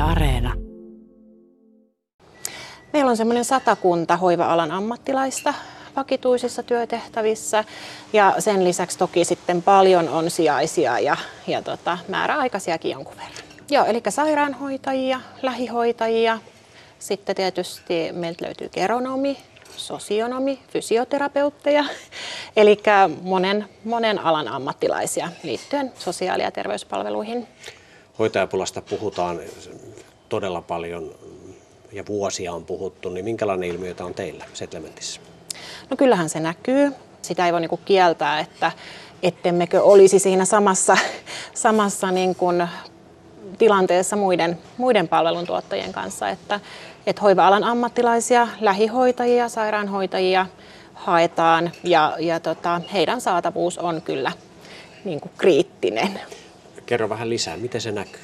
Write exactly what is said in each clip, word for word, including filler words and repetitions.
Areena. Meillä on semmoinen satakunta hoiva-alan ammattilaista vakituisissa työtehtävissä ja sen lisäksi toki sitten paljon on sijaisia ja, ja tota, määräaikaisiakin jonkun verran. Joo, eli sairaanhoitajia, lähihoitajia, sitten tietysti meiltä löytyy geronomi, sosionomi, fysioterapeutteja, eli monen, monen alan ammattilaisia liittyen sosiaali- ja terveyspalveluihin. Hoitajapulasta puhutaan todella paljon ja vuosia on puhuttu, niin minkälainen ilmiö on teillä Setlementissä? No kyllähän se näkyy. Sitä ei voi niinku kieltää, että ettemmekö olisi siinä samassa, samassa niin kuin tilanteessa muiden, muiden palveluntuottajien kanssa, että, että hoiva-alan ammattilaisia, lähihoitajia, sairaanhoitajia haetaan ja, ja tota, heidän saatavuus on kyllä niin kuin kriittinen. Kerro vähän lisää, miten se näkyy?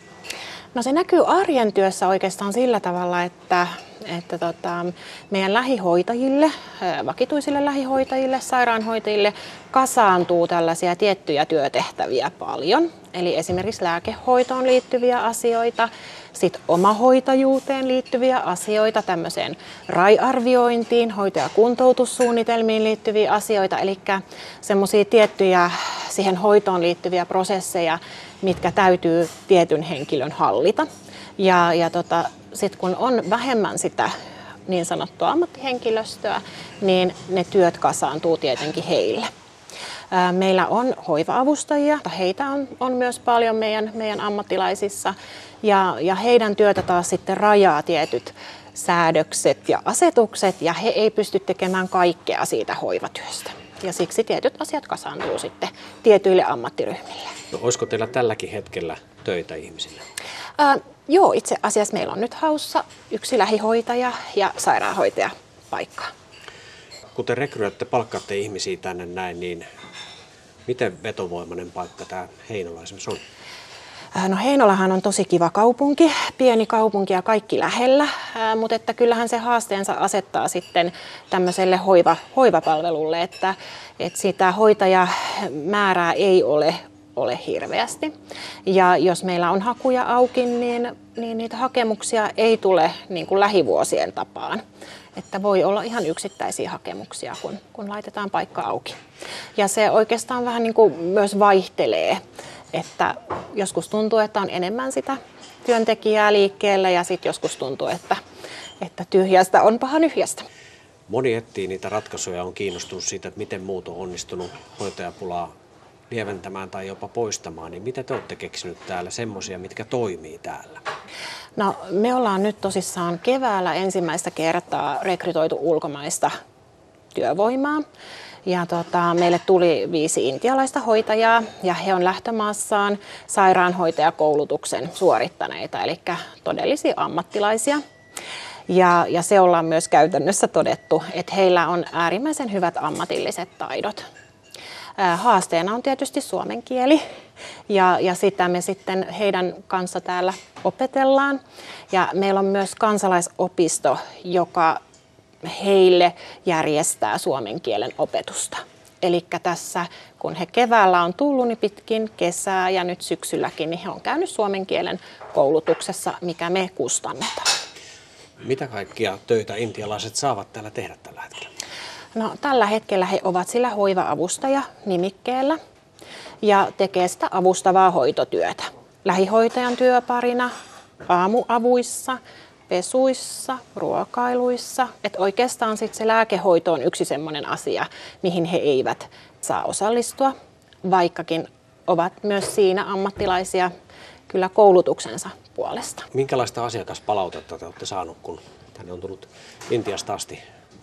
No se näkyy arjen työssä oikeastaan sillä tavalla, että, että tota, meidän lähihoitajille, vakituisille lähihoitajille, sairaanhoitajille kasaantuu tällaisia tiettyjä työtehtäviä paljon. Eli esimerkiksi lääkehoitoon liittyviä asioita, sitten omahoitajuuteen liittyviä asioita, tämmöiseen R A I-arviointiin, hoito- ja kuntoutussuunnitelmiin liittyviä asioita, eli semmoisia tiettyjä siihen hoitoon liittyviä prosesseja, mitkä täytyy tietyn henkilön hallita. Ja, ja tota, sitten kun on vähemmän sitä niin sanottua ammattihenkilöstöä, niin ne työt kasaantuu tietenkin heille. Meillä on hoiva-avustajia, heitä on, on myös paljon meidän, meidän ammattilaisissa ja, ja heidän työtä taas sitten rajaa tietyt säädökset ja asetukset ja he ei pysty tekemään kaikkea siitä hoivatyöstä. Ja siksi tietyt asiat kasaantuu sitten tietyille ammattiryhmille. No, olisiko teillä tälläkin hetkellä töitä ihmisille? Ää, joo, itse asiassa meillä on nyt haussa yksi lähihoitaja ja sairaanhoitaja paikka. Kun te rekryöitte, palkkaatte ihmisiä tänne näin, niin miten vetovoimainen paikka tämä Heinola esimerkiksi on? No Heinolahan on tosi kiva kaupunki, pieni kaupunki ja kaikki lähellä, mutta että kyllähän se haasteensa asettaa sitten tämmöiselle hoiva, hoivapalvelulle, että, että sitä hoitajamäärää ei ole, ole hirveästi. Ja jos meillä on hakuja auki, niin, niin niitä hakemuksia ei tule niin kuin lähivuosien tapaan. Että voi olla ihan yksittäisiä hakemuksia, kun, kun laitetaan paikka auki. Ja se oikeastaan vähän niin kuin myös vaihtelee, että joskus tuntuu, että on enemmän sitä työntekijää liikkeellä ja sitten joskus tuntuu, että, että tyhjästä on paha nyhjästä. Moni etsii niitä ratkaisuja, on kiinnostunut siitä, että miten muut on onnistunut hoitajapulaa lieventämään tai jopa poistamaan. Niin mitä te olette keksinyt täällä semmoisia, mitkä toimii täällä? No, me ollaan nyt tosissaan keväällä ensimmäistä kertaa rekrytoitu ulkomaista työvoimaa. Ja tota, meille tuli viisi intialaista hoitajaa ja he on lähtömaassaan sairaanhoitajakoulutuksen suorittaneita, eli todellisia ammattilaisia. Ja, ja se ollaan myös käytännössä todettu, että heillä on äärimmäisen hyvät ammatilliset taidot. Haasteena on tietysti suomen kieli ja, ja sitä me sitten heidän kanssa täällä opetellaan. Ja meillä on myös kansalaisopisto, joka heille järjestää suomen kielen opetusta. Eli tässä kun he keväällä on tullut, niin pitkin kesää ja nyt syksylläkin, niin he on käynyt suomen kielen koulutuksessa, mikä me kustannetaan. Mitä kaikkia töitä intialaiset saavat täällä tehdä tällä hetkellä? No, tällä hetkellä he ovat sillä hoiva-avustaja nimikkeellä ja tekee sitä avustavaa hoitotyötä. Lähihoitajan työparina, aamuavuissa, pesuissa, ruokailuissa. Et oikeastaan sit se lääkehoito on yksi semmoinen asia, mihin he eivät saa osallistua, vaikkakin ovat myös siinä ammattilaisia kyllä koulutuksensa puolesta. Minkälaista asiakaspalautetta te olette saanut, kun tänne on tullut Intiasta asti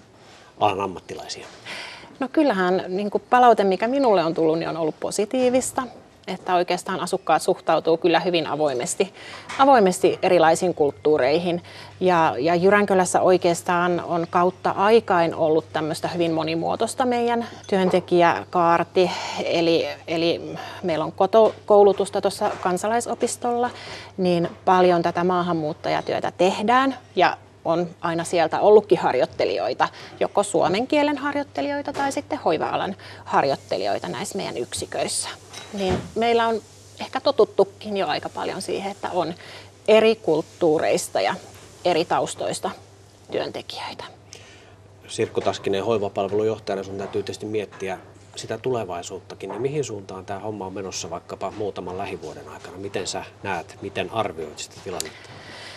alan ammattilaisia? No kyllähän niin kuin palaute, mikä minulle on tullut, niin on ollut positiivista. Että oikeastaan asukkaat suhtautuu kyllä hyvin avoimesti, avoimesti erilaisiin kulttuureihin. Ja, ja Jyränkölässä oikeastaan on kautta aikain ollut tämmöistä hyvin monimuotoista meidän työntekijäkaarti. Eli, eli meillä on koulutusta tuossa kansalaisopistolla, niin paljon tätä maahanmuuttajatyötä tehdään. Ja on aina sieltä ollutkin harjoittelijoita, joko suomen kielen harjoittelijoita tai sitten hoiva-alan harjoittelijoita näissä meidän yksiköissä. Niin meillä on ehkä totuttukin jo aika paljon siihen, että on eri kulttuureista ja eri taustoista työntekijöitä. Sirkku Taskinen, hoivapalvelujohtajana sun täytyy tietysti miettiä sitä tulevaisuuttakin, niin mihin suuntaan tämä homma on menossa vaikkapa muutaman lähivuoden aikana? Miten sä näet, miten arvioit sitä tilannetta?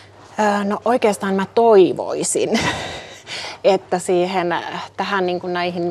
No oikeastaan mä toivoisin, että siihen, tähän niin kuin näihin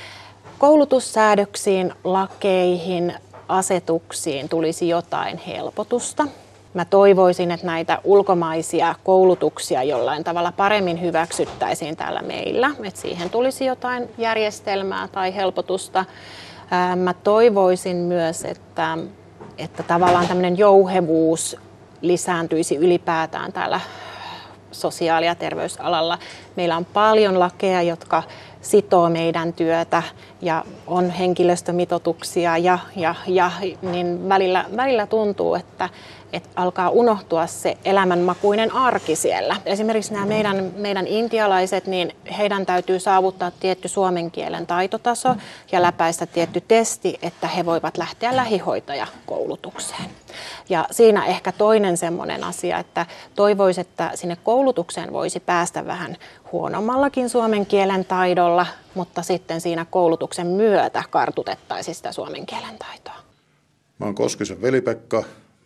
koulutussäädöksiin, lakeihin, asetuksiin tulisi jotain helpotusta. Mä toivoisin, että näitä ulkomaisia koulutuksia jollain tavalla paremmin hyväksyttäisiin täällä meillä, että siihen tulisi jotain järjestelmää tai helpotusta. Mä toivoisin myös, että, että tavallaan tämmöinen jouhevuus lisääntyisi ylipäätään täällä sosiaali- ja terveysalalla. Meillä on paljon lakeja, jotka sitoo meidän työtä ja on henkilöstömitoituksia ja, ja, ja niin välillä, välillä tuntuu, että, että alkaa unohtua se elämänmakuinen arki siellä. Esimerkiksi nämä meidän, meidän intialaiset, niin heidän täytyy saavuttaa tietty suomen kielen taitotaso ja läpäistä tietty testi, että he voivat lähteä lähihoitajakoulutukseen. Ja siinä ehkä toinen semmoinen asia, että toivoisi, että sinne koulutukseen voisi päästä vähän huonommallakin suomen kielen taidolla, mutta sitten siinä koulutuksen myötä kartutettaisiin sitä suomen kielen taitoa. Mä oon Koskisen Veli-Pekka,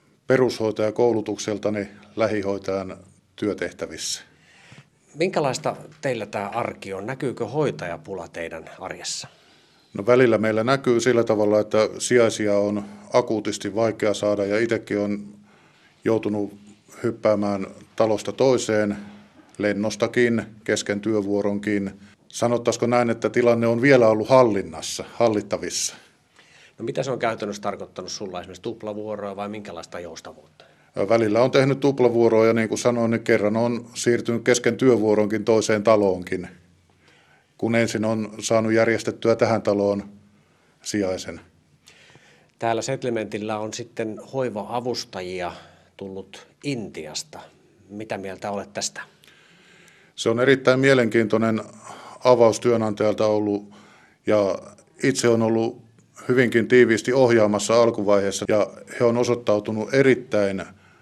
perushoitajakoulutukseltani lähihoitajan työtehtävissä. Minkälaista teillä tämä arki on? Näkyykö hoitajapula teidän arjessa? No välillä meillä näkyy sillä tavalla, että sijaisia on akuutisti vaikea saada ja itsekin on joutunut hyppäämään talosta toiseen, lennostakin, kesken työvuoronkin. Sanottaisiko näin, että tilanne on vielä ollut hallinnassa, hallittavissa? No mitä se on käytännössä tarkoittanut sulla, esimerkiksi tuplavuoroa vai minkälaista joustavuutta? Välillä on tehnyt tuplavuoroa ja niin kuin sanoin, niin kerran on siirtynyt kesken työvuoronkin toiseen taloonkin, kun ensin on saanut järjestettyä tähän taloon sijaisen. Täällä Settlementillä on sitten hoiva-avustajia tullut Intiasta. Mitä mieltä olet tästä? Se on erittäin mielenkiintoinen avaus työnantajalta ollut ja itse on ollut hyvinkin tiiviisti ohjaamassa alkuvaiheessa ja he on osoittautunut erittäin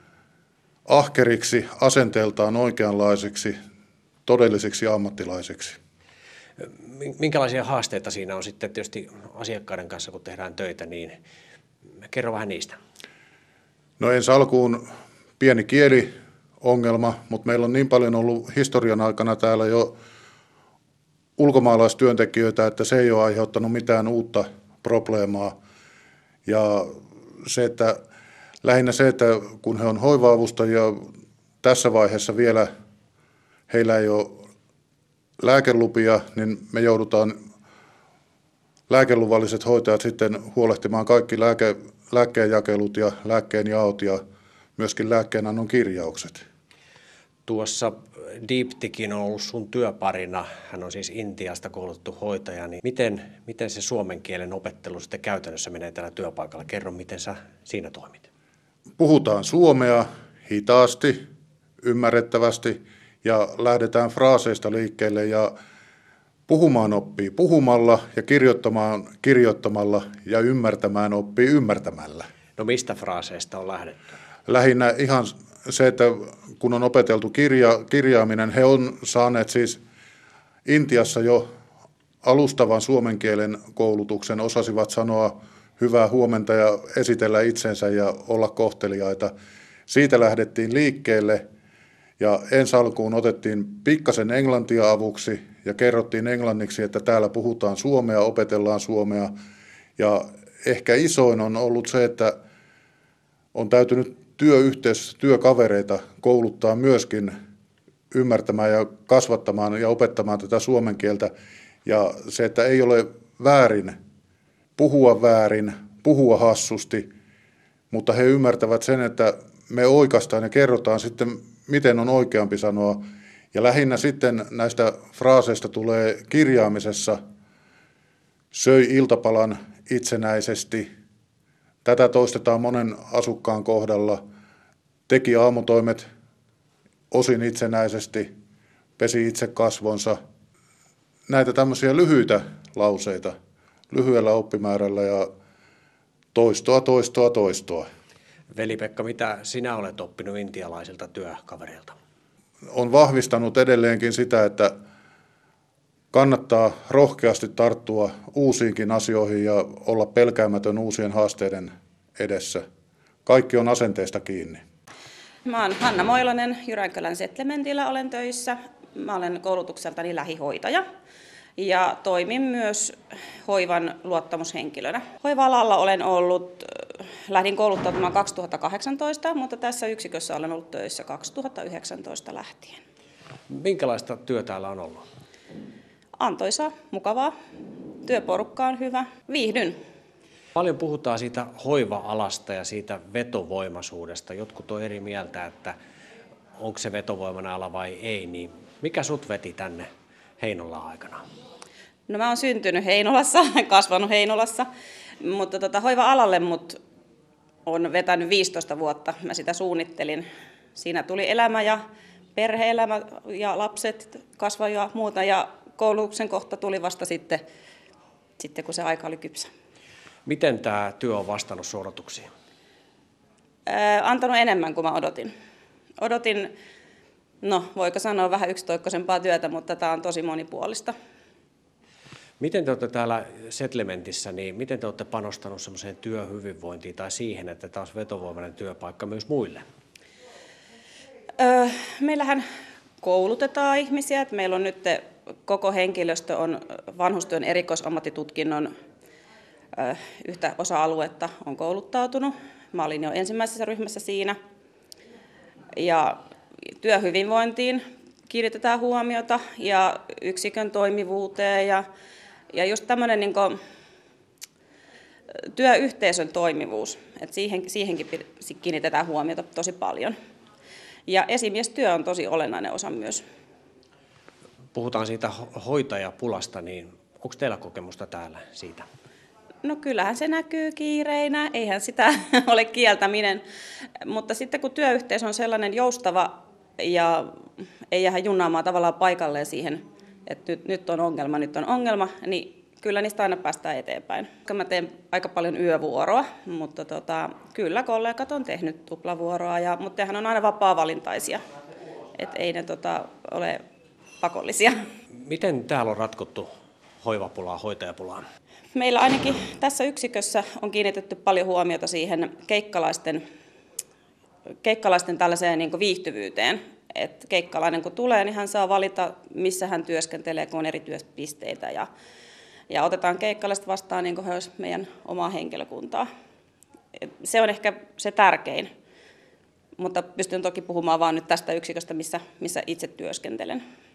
ahkeriksi, asenteeltaan oikeanlaisiksi, todellisiksi ammattilaisiksi. Minkälaisia haasteita siinä on sitten tietysti asiakkaiden kanssa, kun tehdään töitä, niin kerro vähän niistä. No ensi alkuun pieni kieliongelma, mutta meillä on niin paljon ollut historian aikana täällä jo ulkomaalaistyöntekijöitä, että se ei ole aiheuttanut mitään uutta probleemaa. Ja se, että lähinnä se, että kun he on hoiva-avustajia, tässä vaiheessa vielä heillä ei ole lääkelupia, niin me joudutaan lääkeluvalliset hoitajat sitten huolehtimaan kaikki lääke, lääkkeenjakelut ja lääkkeenjaot ja myöskin lääkkeenannon kirjaukset. Tuossa Deeptikin on ollut sun työparina, hän on siis Intiasta koulutettu hoitaja, niin miten, miten se suomen kielen opettelu sitten käytännössä menee täällä työpaikalla? Kerro, miten sä siinä toimit. Puhutaan suomea hitaasti, ymmärrettävästi ja lähdetään fraaseista liikkeelle ja puhumaan oppii puhumalla ja kirjoittamaan kirjoittamalla ja ymmärtämään oppii ymmärtämällä. No mistä fraaseista on lähdetty? Lähinnä ihan se, että kun on opeteltu kirja, kirjaaminen, he on saaneet siis Intiassa jo alustavan suomen kielen koulutuksen, osasivat sanoa hyvää huomenta ja esitellä itsensä ja olla kohteliaita. Siitä lähdettiin liikkeelle ja ensi alkuun otettiin pikkasen englantia avuksi ja kerrottiin englanniksi, että täällä puhutaan suomea, opetellaan suomea. Ja ehkä isoin on ollut se, että on täytynyt työyhteisössä työkavereita kouluttaa myöskin ymmärtämään ja kasvattamaan ja opettamaan tätä suomen kieltä. Ja se, että ei ole väärin puhua väärin, puhua hassusti, mutta he ymmärtävät sen, että me oikaistaan ja kerrotaan sitten, miten on oikeampi sanoa. Ja lähinnä sitten näistä fraaseista tulee kirjaamisessa, söi iltapalan itsenäisesti. Tätä toistetaan monen asukkaan kohdalla. Teki aamutoimet osin itsenäisesti, pesi itse kasvonsa. Näitä tämmöisiä lyhyitä lauseita, lyhyellä oppimäärällä ja toistoa, toistoa, toistoa. Veli-Pekka, mitä sinä olet oppinut intialaisilta työkavereilta? On vahvistanut edelleenkin sitä, että kannattaa rohkeasti tarttua uusiinkin asioihin ja olla pelkäämätön uusien haasteiden edessä. Kaikki on asenteesta kiinni. Mä oon Hanna Moilanen, Jyränkölän Setlementillä olen töissä. Mä olen koulutukseltani lähihoitaja ja toimin myös hoivan luottamushenkilönä. Hoiva-alalla olen ollut, lähdin kouluttautumaan kaksituhattakahdeksantoista, mutta tässä yksikössä olen ollut töissä kaksituhattayhdeksäntoista lähtien. Minkälaista työ täällä on ollut? Antoisaa, mukavaa, työporukka on hyvä, viihdyn. Paljon puhutaan siitä hoiva-alasta ja siitä vetovoimaisuudesta. Jotkut on eri mieltä, että onko se vetovoimainen ala vai ei. Niin mikä sut veti tänne Heinolaan aikana? No mä oon syntynyt Heinolassa, kasvanut Heinolassa, mutta tota, hoiva-alalle mut on vetänyt viisitoista vuotta. Mä sitä suunnittelin. Siinä tuli elämä ja perhe-elämä ja lapset kasvoi ja muuta ja koulutuksen kohta tuli vasta sitten, sitten kun se aika oli kypsä. Miten tämä työ on vastannut sun odotuksiin? Ää, antanut enemmän kuin mä odotin. Odotin, no voiko sanoa vähän yksitoikkoisempaa työtä, mutta tämä on tosi monipuolista. Miten te olette täällä Setlementissä, niin miten te olette panostanut semmoiseen työhyvinvointiin tai siihen, että tämä olisi vetovoimainen työpaikka myös muille? Öö, meillähän koulutetaan ihmisiä. Että meillä on nyt koko henkilöstö on vanhustyön erikoisammattitutkinnon öö, yhtä osa-aluetta on kouluttautunut. Mä olin jo ensimmäisessä ryhmässä siinä. Ja työhyvinvointiin kiinnitetään huomiota ja yksikön toimivuuteen ja, ja just tämmöinen niin kuin työyhteisön toimivuus, että siihen, siihenkin kiinnitetään huomiota tosi paljon. Ja esimiestyö on tosi olennainen osa myös. Puhutaan siitä hoitajapulasta, niin onko teillä kokemusta täällä siitä? No kyllähän se näkyy kiireinä, eihän sitä ole kieltäminen, mutta sitten kun työyhteisö on sellainen joustava ja ei jäädä junnaamaan tavallaan paikalleen siihen, että nyt, nyt on ongelma, nyt on ongelma, niin kyllä niistä aina päästään eteenpäin. Mä teen aika paljon yövuoroa, mutta tota, kyllä kollegat on tehnyt tuplavuoroa, ja, mutta nehän on aina vapaa-valintaisia, että ei ne tota, ole pakollisia. Miten täällä on ratkottu hoivapulaa, hoitajapulaan? Meillä ainakin tässä yksikössä on kiinnitetty paljon huomiota siihen keikkalaisten, keikkalaisten tällaiseen niin kuin viihtyvyyteen. Et keikkalainen kun tulee, niin hän saa valita, missä hän työskentelee, kun on eri työpisteitä. Ja, ja otetaan keikkalaiset vastaan niin kuin he olisivat meidän omaa henkilökuntaa. Et se on ehkä se tärkein, mutta pystyn toki puhumaan vain nyt tästä yksiköstä, missä, missä itse työskentelen.